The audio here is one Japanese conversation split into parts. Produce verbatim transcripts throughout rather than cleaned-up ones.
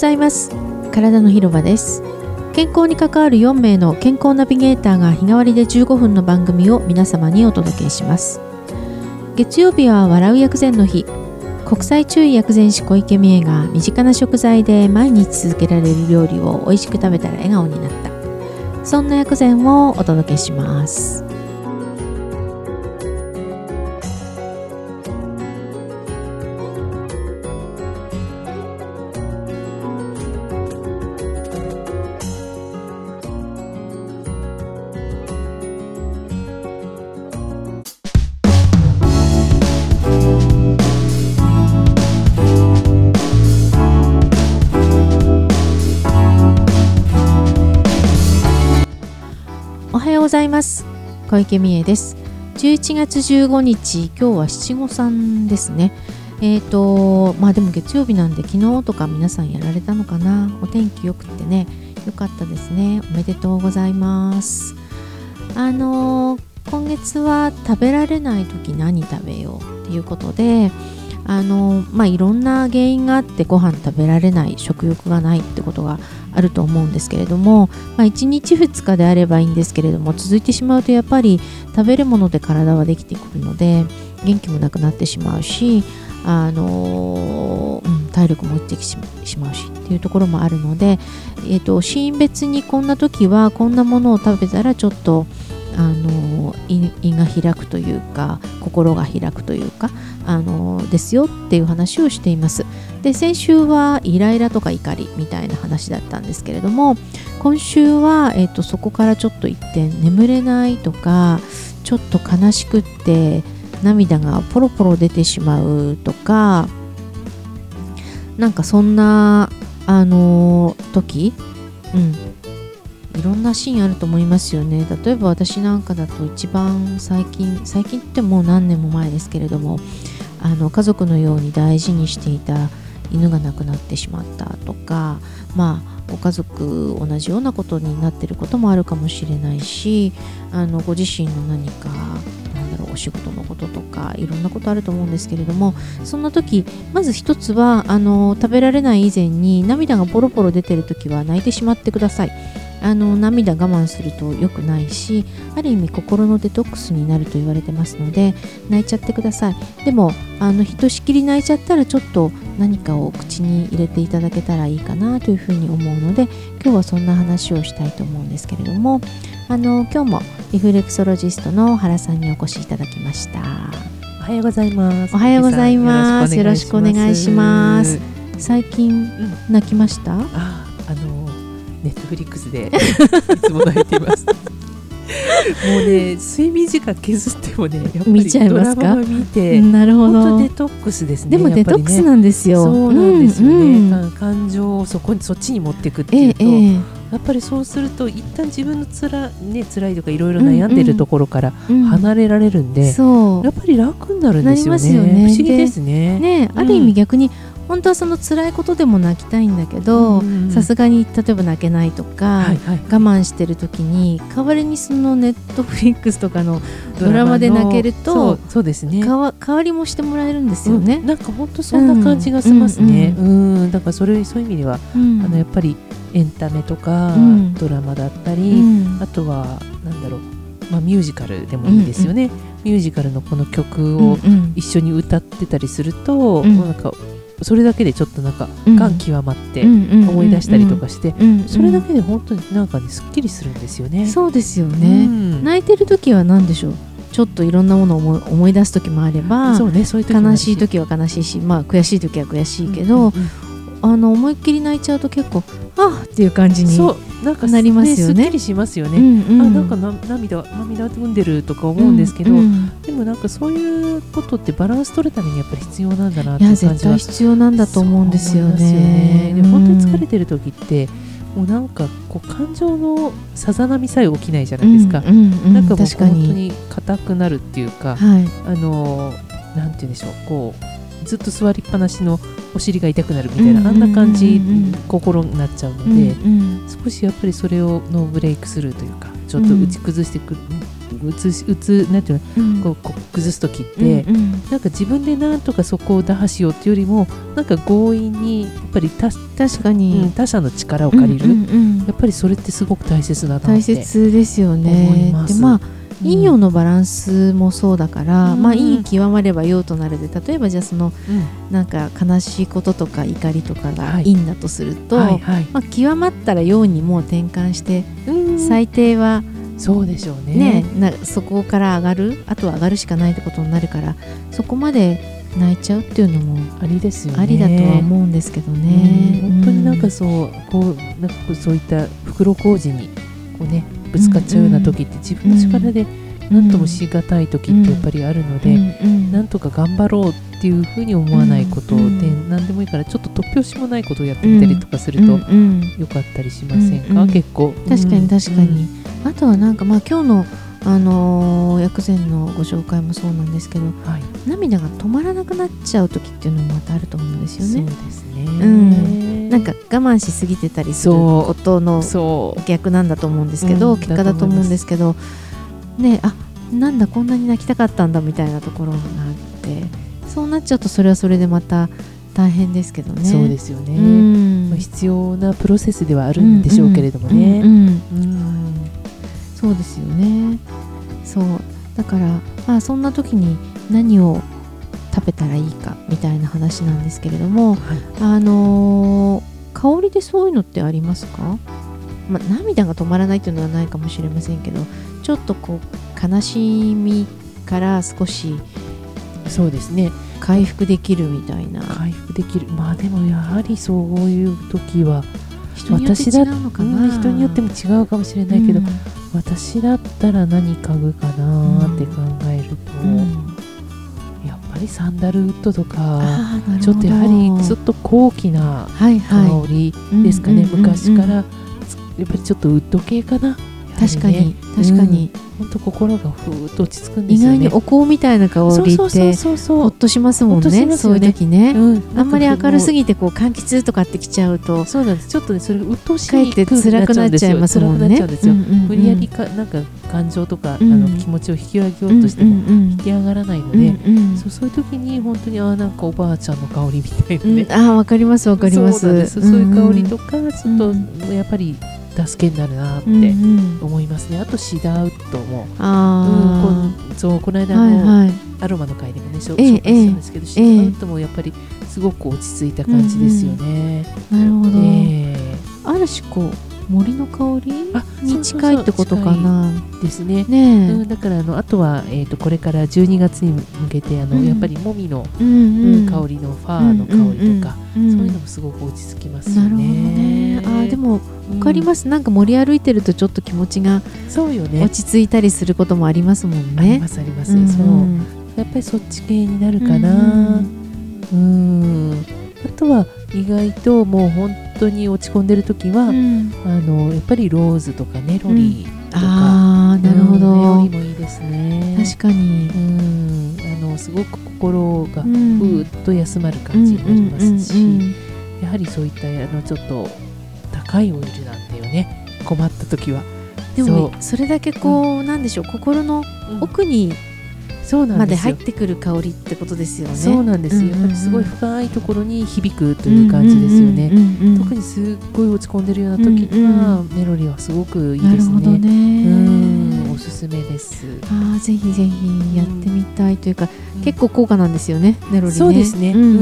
ざいます。体の広場です。健康に関わるよんめいの健康ナビゲーターが日替わりでじゅうごふんの番組を皆様にお届けします。月曜日は笑う薬膳の日。国際中医薬膳師小池美恵が身近な食材で毎日続けられる料理を美味しく食べたら笑顔になった、そんな薬膳をお届けします。おはようございます。小池美恵です。じゅういちがつじゅうごにち、今日は七五三ですね。えーとまあでも月曜日なんで昨日とか皆さんやられたのかな。お天気よくってね、よかったですね。おめでとうございます。あのー、今月は食べられない時何食べようっていうことで、あのー、まあいろんな原因があってご飯食べられない、食欲がないってことがあると思うんですけれども、まあ、いちにちふつかであればいいんですけれども、続いてしまうとやっぱり食べるもので体はできてくるので元気もなくなってしまうし、あのーうん、体力も落ちてしまうしっていうところもあるので、えーと、シーン別にこんな時はこんなものを食べたらちょっとあのー、胃が開くというか心が開くというか、あのー、ですよっていう話をしています。で、先週はイライラとか怒りみたいな話だったんですけれども、今週は、えーと、そこからちょっと一点眠れないとか、ちょっと悲しくって涙がポロポロ出てしまうとか、なんかそんなあのー、時、うんいろんなシーンあると思いますよね。例えば私なんかだと一番最近最近ってもう何年も前ですけれども、あの家族のように大事にしていた犬が亡くなってしまったとか、まあご家族同じようなことになっていることもあるかもしれないし、あのご自身の何かなんだろうお仕事のこととかいろんなことあると思うんですけれども、そんな時まず一つはあの食べられない以前に涙がポロポロ出ている時は泣いてしまってください。あの涙我慢すると良くないし、ある意味心のデトックスになると言われてますので泣いちゃってください。でもあのひとしきり泣いちゃったらちょっと何かを口に入れていただけたらいいかなというふうに思うので、今日はそんな話をしたいと思うんですけれども、あの今日もリフレクソロジストの原さんにお越しいただきました。 おはようございます。 おはようございます。よろしくお願いします。最近、うん、泣きました？ あ、あのネットフリックスでいつも泣いていますもうね、睡眠時間削ってもね、やっぱりドラマを見て、 なるほど、 本当デトックスですね。 でもデトックスなんですよ。 そうなんですよね、 うんうん、 感情をそこにそっちに持っていくっていうと、ええええ、やっぱりそうすると一旦自分のつら、ね、辛いとかいろいろ悩んでるところから離れられるんで、うんうん、そうやっぱり楽になるんですよ ね, ますよね。不思議ですね。 ね、ある意味逆に、うん、本当はその辛いことでも泣きたいんだけど、さすがに例えば泣けないとか、はいはい、我慢してる時に代わりにそのネットフリックスとかのドラマで泣けると、 そうそうですね、 かわ代わりもしてもらえるんですよね、 うん、なんか本当そんな感じがしますね、うんうんうん、だからそれそういう意味では、うん、あのやっぱりエンタメとか、うん、ドラマだったり、うん、あとはなんだろう、まあ、ミュージカルでもいいですよね、うんうん、ミュージカルのこの曲を一緒に歌ってたりすると、うん、なんかそれだけでちょっとなんか感極まって思い出したりとかして、それだけで本当になんかねすっきりするんですよね。 そうですよね、うん、泣いてる時は何でしょう、ちょっといろんなものを思い、思い出す時もあれば、そうね、そういう時も悲しい時は悲しいし、まあ、悔しい時は悔しいけど、うんうんうん、あの思いっきり泣いちゃうと結構あーっていう感じになりますよね。 すっきりしますよね、うんうん、あなんかな涙涙ぐんでるとか思うんですけど、うんうん、でもなんかそういうことってバランス取るためにやっぱり必要なんだなっていう感じは。いや絶対必要なんだと思うんですよね。 そうなんですよね。でも本当に疲れてる時ってもうなんかこう感情のさざ波さえ起きないじゃないですか、うんうんうん、なんかもう本当に硬くなるっていうか、はい、あのなんて言うんでしょう、こうずっと座りっぱなしのお尻が痛くなるみたいな、うんうんうんうん、あんな感じ心になっちゃうので、うんうん、少しやっぱりそれをノーブレイクスルーというかちょっと打ち崩してくる、 うつしうつなんていうの、うん、こうこう崩す時って、うんうん、なんか自分でなんとかそこを打破しようっていうよりもなんか強引にやっぱりた確かに、 うん、他者の力を借りる、うんうんうん、やっぱりそれってすごく大切だなって大切ですよね。でまあ陰陽のバランスもそうだから、うん、まあ陰極まれば陽となるで、例えばじゃあその、うん、なんか悲しいこととか怒りとかが陰だとすると、はいはいはい、まあ、極まったら陽にもう転換して、うん、最低はそうでしょう ね, ねなそこから上がる、あとは上がるしかないってことになるから、そこまで泣いちゃうっていうのもありですよね。 ありだとは思うんですけどね、 うん、本当になんかそうこうなんかそういった袋小路にこうねぶつかっちゃうような時って、自分の力で何ともしがたい時ってやっぱりあるので、なんとか頑張ろうっていうふうに思わないことで、何でもいいからちょっと突拍子もないことをやってみたりとかするとよかったりしませんか。結構確かに確かに、あとはなんかまあ今日のあのー、薬膳のご紹介もそうなんですけど、はい、涙が止まらなくなっちゃう時っていうのもまたあると思うんですよね。 そうですね、 うん、なんか我慢しすぎてたりすることの逆なんだと思うんですけど、うん、結果だと思うんですけどね、あなんだこんなに泣きたかったんだみたいなところがあって、そうなっちゃうとそれはそれでまた大変ですけどね。 そうですよね、うんまあ、必要なプロセスではあるんでしょうけれどもね、うんうんうんうん、 そうですよね。そうだから、まあ、そんな時に何を食べたらいいかみたいな話なんですけれども、はい、あのー、香りでそういうのってありますか？まあ、涙が止まらないというのはないかもしれませんけど、ちょっとこう悲しみから少しそうですね回復できるみたいな。 回復できる、まあでもやはりそういう時は人によって違うのかな。 人によっても違うかもしれないけど、うん、私だったら何嗅ぐかなって考えると、うん、やっぱりサンダルウッドとかちょっとやはりちょっと高貴な香りですかね、はいはい、昔からやっぱりちょっとウッド系かな。 確かに確かに、 うん、本当心がふーっと落ち着くんですよね。 意外にお香みたいな香りってほっとしますもん ね, ねそういう時ね、うん、あんまり明るすぎてこう柑橘とかってきちゃうとそうなんです。ちょっとねそれが鬱陶しいかえって辛くなっちゃいますもんね。 無理やりかなんか感情とか、うん、あの気持ちを引き上げようとしても引き上がらないので、うんうんうん、そう、そういう時に本当にあなんかおばあちゃんの香りみたいなね、 うん、あわかりますわかります。 そうなんです、うんうん、そういう香りとかちょっとやっぱり助けになるなって思いますね、うんうん、あとシダウッドもあ、うん、こ, そうこの間の、はいはい、アロマの会でもね紹介したんですけど、えー、シダウッドもやっぱりすごく落ち着いた感じですよね、 うんうん、なるほど、えー、ある種こう森の香りに近いってことかな。 ですね。ね、うん、だからあのあとは、えー、とこれからじゅうにがつに向けてあの、うん、やっぱりもみの、うんうん、香りのファーの香りとか、うんうんうん、そういうのもすごく落ち着きますよね。なるほどね。あでも分かります、うん、なんか森歩いてるとちょっと気持ちが落ち着いたりすることもありますもんね。 ありますあります、うん、そうやっぱりそっち系になるかな、うん、うんあとは意外ともう本当に落ち込んでる時は、うん、あのやっぱりローズとかネロリとか、うん、 あなるほど、 ネロリもいいですね。 確かに、 うん、あのすごく心がふーっと休まる感じになりますし、やはりそういったあのちょっと高いオイルなんだよね、困った時は。 でも そ, それだけこう、うん、なんでしょう、心の奥に、うんそうなんですよまで入ってくる香りってことですよね。 そうなんですよ、うんうんうん、やっぱりすごい深いところに響くという感じですよね、うんうんうんうん、特にすっごい落ち込んでるような時には、うんうん、メロディーはすごくいいですね。 なるほどね、 うんおすすめです。 あぜひぜひやってみたいというか、うん、結構高価なんですよね、メロディーね。 そうですね、うんうん、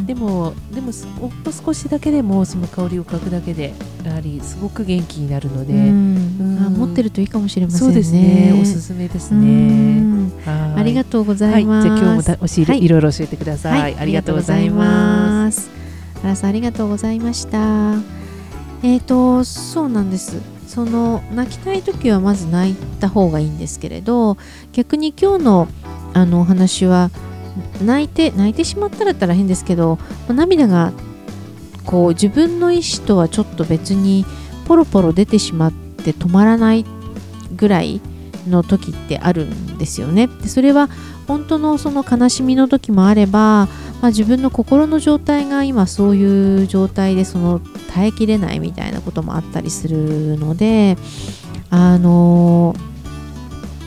でもでもほんと少しだけでもその香りを嗅ぐだけでやはりすごく元気になるので、うんうん、あ持ってるといいかもしれませんね。 そうですね、おすすめですね。 はいありがとうございます。 はい、じゃあ今日もおし、はい、いろいろ教えてください。はい、ありがとうございます。 原さんありがとうございました。えーとそうなんです。その泣きたい時はまず泣いた方がいいんですけれど、逆に今日のあのお話は泣いて泣いてしまったらったら変ですけど、涙がこう自分の意思とはちょっと別にポロポロ出てしまって止まらないぐらいの時ってあるんですよね。でそれは本当のその悲しみの時もあれば、まあ、自分の心の状態が今そういう状態でその耐えきれないみたいなこともあったりするので、あの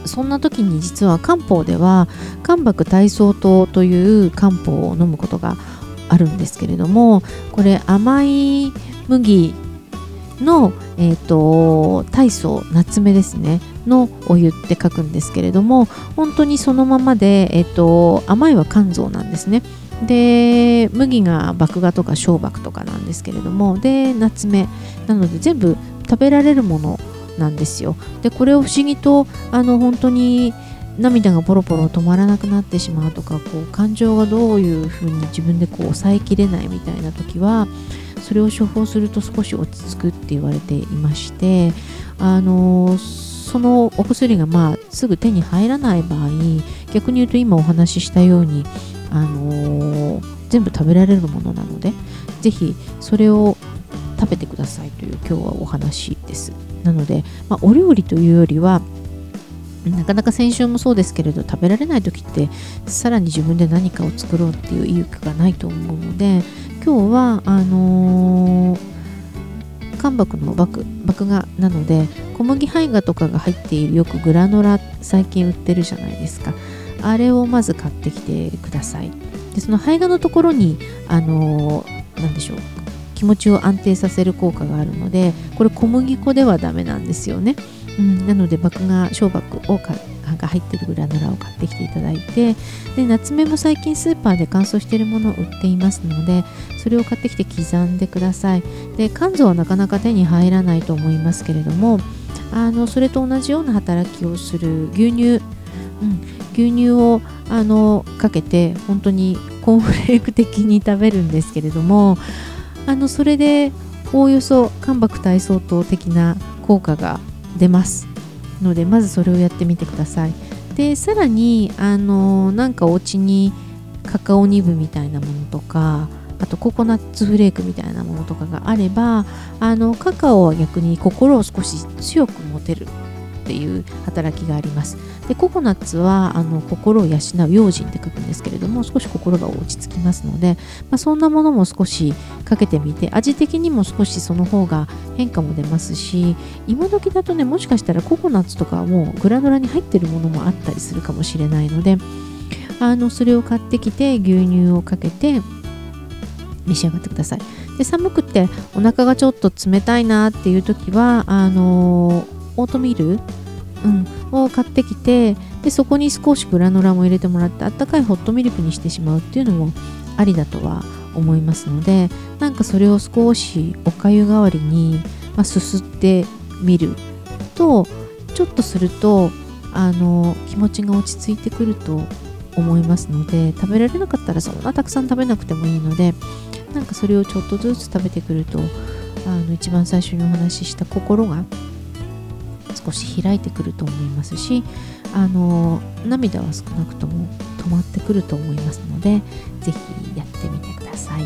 そんな時に実は漢方では関白体操糖という漢方を飲むことがあるんですけれども、これ甘い麦の、えーと、体操夏目ですねのお湯って書くんですけれども、本当にそのままで、えーと、甘いは甘草なんですね。で麦が麦芽とか小麦とかなんですけれども、で夏目なので全部食べられるものなんですよ。でこれを不思議とあの本当に涙がポロポロ止まらなくなってしまうとか、こう感情がどういうふうに自分でこう抑えきれないみたいな時はそれを処方すると少し落ち着くって言われていまして、あのそのお薬がまあすぐ手に入らない場合、逆に言うと今お話ししたように、あの全部食べられるものなので、ぜひそれを食べてくださいという今日はお話です。なので、まあ、お料理というよりはなかなか先週もそうですけれど、食べられない時ってさらに自分で何かを作ろうっていう意欲がないと思うので、今日はあのー、関白の麦麦芽なので小麦胚芽とかが入っているよくグラノラ最近売ってるじゃないですか。あれをまず買ってきてください。でその胚芽のところにあのー、なんでしょう気持ちを安定させる効果があるので、これ小麦粉ではダメなんですよね。うん、なので麦芽小麦をかが入ってるグラノラを買ってきていただいて、で夏目も最近スーパーで乾燥しているものを売っていますので、それを買ってきて刻んでください。で甘草はなかなか手に入らないと思いますけれども、あのそれと同じような働きをする牛乳、うん、牛乳をあのかけて本当にコーンフレーク的に食べるんですけれども、あのそれでおおよそ関白体操糖的な効果が出ますので、まずそれをやってみてください。でさらにあのなんかお家にカカオニブみたいなものとか、あとココナッツフレークみたいなものとかがあれば、あのカカオは逆に心を少し強く持てるっていう働きがあります。でココナッツはあの心を養う用心って書くんですけれども、少し心が落ち着きますので、まあ、そんなものも少しかけてみて、味的にも少しその方が変化も出ますし、今時だとね、もしかしたらココナッツとかはもうグラノラに入ってるものもあったりするかもしれないので、あのそれを買ってきて牛乳をかけて召し上がってください。で寒くてお腹がちょっと冷たいなっていう時はあのオートミール、うん、を買ってきて、でそこに少しグラノラも入れてもらって、あったかいホットミルクにしてしまうっていうのもありだとは思いますので、なんかそれを少しおかゆ代わりに、まあ、すすってみると、ちょっとするとあの気持ちが落ち着いてくると思いますので、食べられなかったらそんなたくさん食べなくてもいいので、なんかそれをちょっとずつ食べてくると、あの一番最初にお話しした心が少し開いてくると思いますし、あの涙は少なくとも止まってくると思いますので、ぜひやってみてください。はい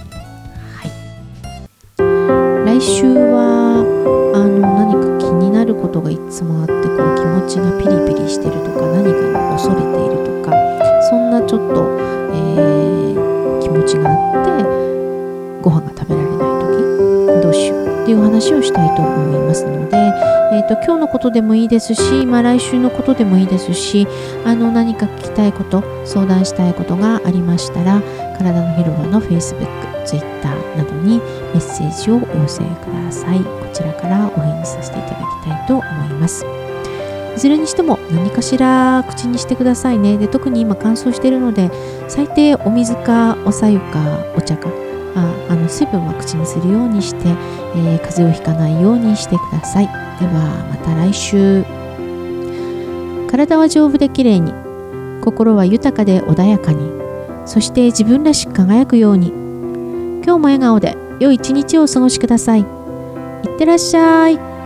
、来週はあの何か気になることがいつもあって、こう気持ちがピリピリしてるとか、何かを恐れているとか、そんなちょっと、えー、気持ちがあってご飯が食べられない時どうしようっていう話をしたいと思いますので、えーと、今日のことでもいいですし、まあ、来週のことでもいいですし、あの何か聞きたいこと、相談したいことがありましたら、体の広場の Facebook、Twitter などにメッセージをお寄せください。こちらからお返事させていただきたいと思います。いずれにしても何かしら口にしてくださいね。で特に今乾燥しているので、最低お水かお白湯かお茶か、ああの水分は口にするようにして、えー、風邪をひかないようにしてください。ではまた来週。体は丈夫できれいに、心は豊かで穏やかに、そして自分らしく輝くように。今日も笑顔で良い一日をお過ごしください。いってらっしゃい。